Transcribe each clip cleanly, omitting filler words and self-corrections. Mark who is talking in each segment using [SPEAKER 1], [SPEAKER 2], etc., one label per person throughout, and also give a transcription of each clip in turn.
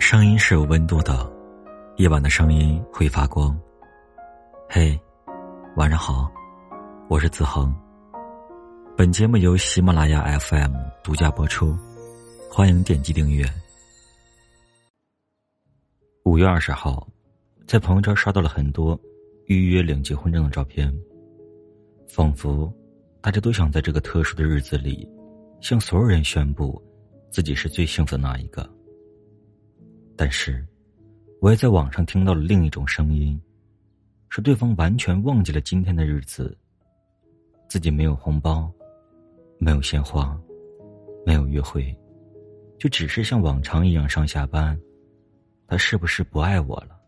[SPEAKER 1] 声音是有温度的，夜晚的声音会发光。嘿，晚上好，我是子恒。本节目由喜马拉雅 FM 独家播出，欢迎点击订阅。5月20号，在朋友圈刷到了很多预约领结婚证的照片，仿佛大家都想在这个特殊的日子里向所有人宣布自己是最幸福的那一个。但是我也在网上听到了另一种声音，说对方完全忘记了今天的日子，自己没有红包，没有鲜花，没有约会，就只是像往常一样上下班，他是不是不爱我了？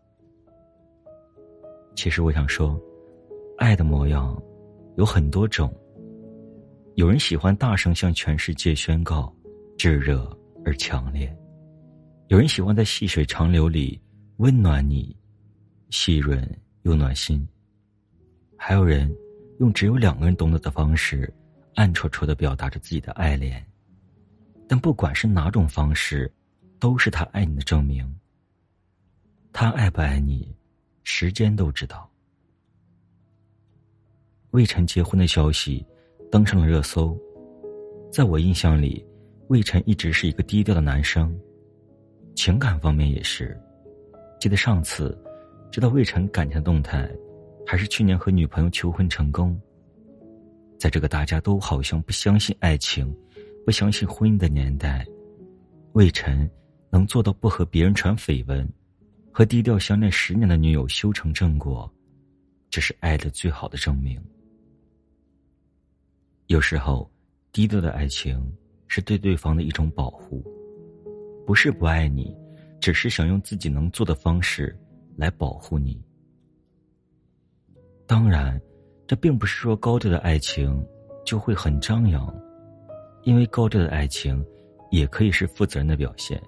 [SPEAKER 1] 其实我想说，爱的模样有很多种，有人喜欢大声向全世界宣告，炙热而强烈，有人喜欢在细水长流里温暖你，细润又暖心，还有人用只有2个人懂得的方式暗戳戳地表达着自己的爱恋。但不管是哪种方式，都是他爱你的证明。他爱不爱你，时间都知道。魏晨结婚的消息登上了热搜，在我印象里，魏晨一直是一个低调的男生，情感方面也是。记得上次知道魏晨感情的动态，还是去年和女朋友求婚成功。在这个大家都好像不相信爱情，不相信婚姻的年代，魏晨能做到不和别人传绯闻，和低调相恋10年的女友修成正果，这是爱的最好的证明。有时候低调的爱情是对对方的一种保护，不是不爱你，只是想用自己能做的方式来保护你。当然，这并不是说高调的爱情就会很张扬，因为高调的爱情也可以是负责任的表现。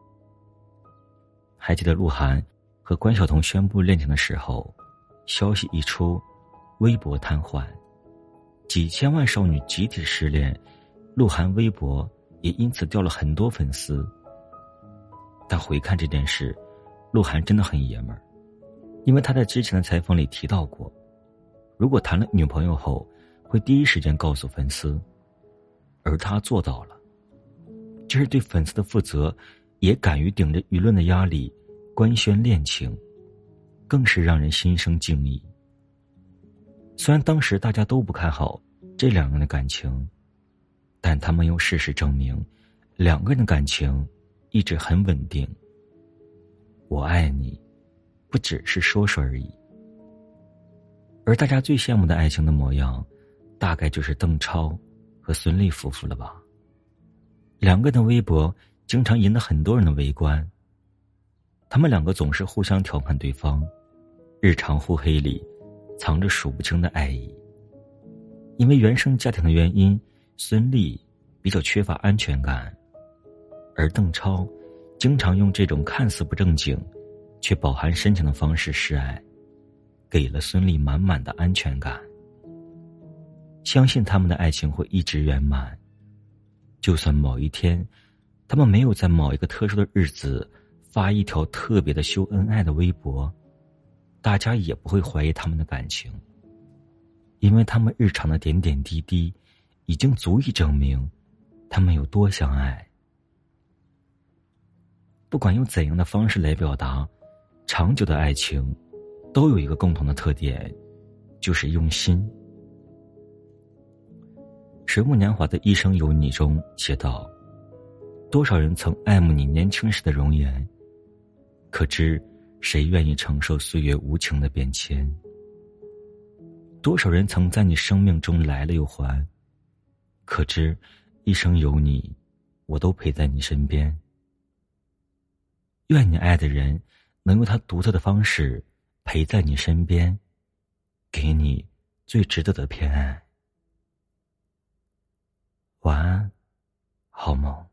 [SPEAKER 1] 还记得鹿晗和关晓彤宣布恋情的时候，消息一出，微博瘫痪，几千万少女集体失恋，鹿晗微博也因此掉了很多粉丝。但回看这件事，鹿晗真的很爷们儿，因为他在之前的采访里提到过，如果谈了女朋友后会第一时间告诉粉丝，而他做到了，这是对粉丝的负责，也敢于顶着舆论的压力官宣恋情，更是让人心生敬意。虽然当时大家都不看好这2人的感情，但他们用事实证明2个人的感情一直很稳定。我爱你不只是说说而已。而大家最羡慕的爱情的模样，大概就是邓超和孙俪夫妇了吧。2个人的微博经常引得很多人的围观，他们2个总是互相调侃对方，日常互黑里藏着数不清的爱意。因为原生家庭的原因，孙俪比较缺乏安全感，而邓超经常用这种看似不正经却饱含深情的方式示爱，给了孙俪满满的安全感。相信他们的爱情会一直圆满，就算某一天他们没有在某一个特殊的日子发一条特别的秀恩爱的微博，大家也不会怀疑他们的感情，因为他们日常的点点滴滴已经足以证明他们有多相爱。不管用怎样的方式来表达，长久的爱情都有一个共同的特点，就是用心。水木年华的一生有你中写道，多少人曾爱慕你年轻时的容颜，可知谁愿意承受岁月无情的变迁？多少人曾在你生命中来了又还，可知一生有你，我都陪在你身边。愿你爱的人能用他独特的方式陪在你身边，给你最值得的偏爱。晚安，好梦。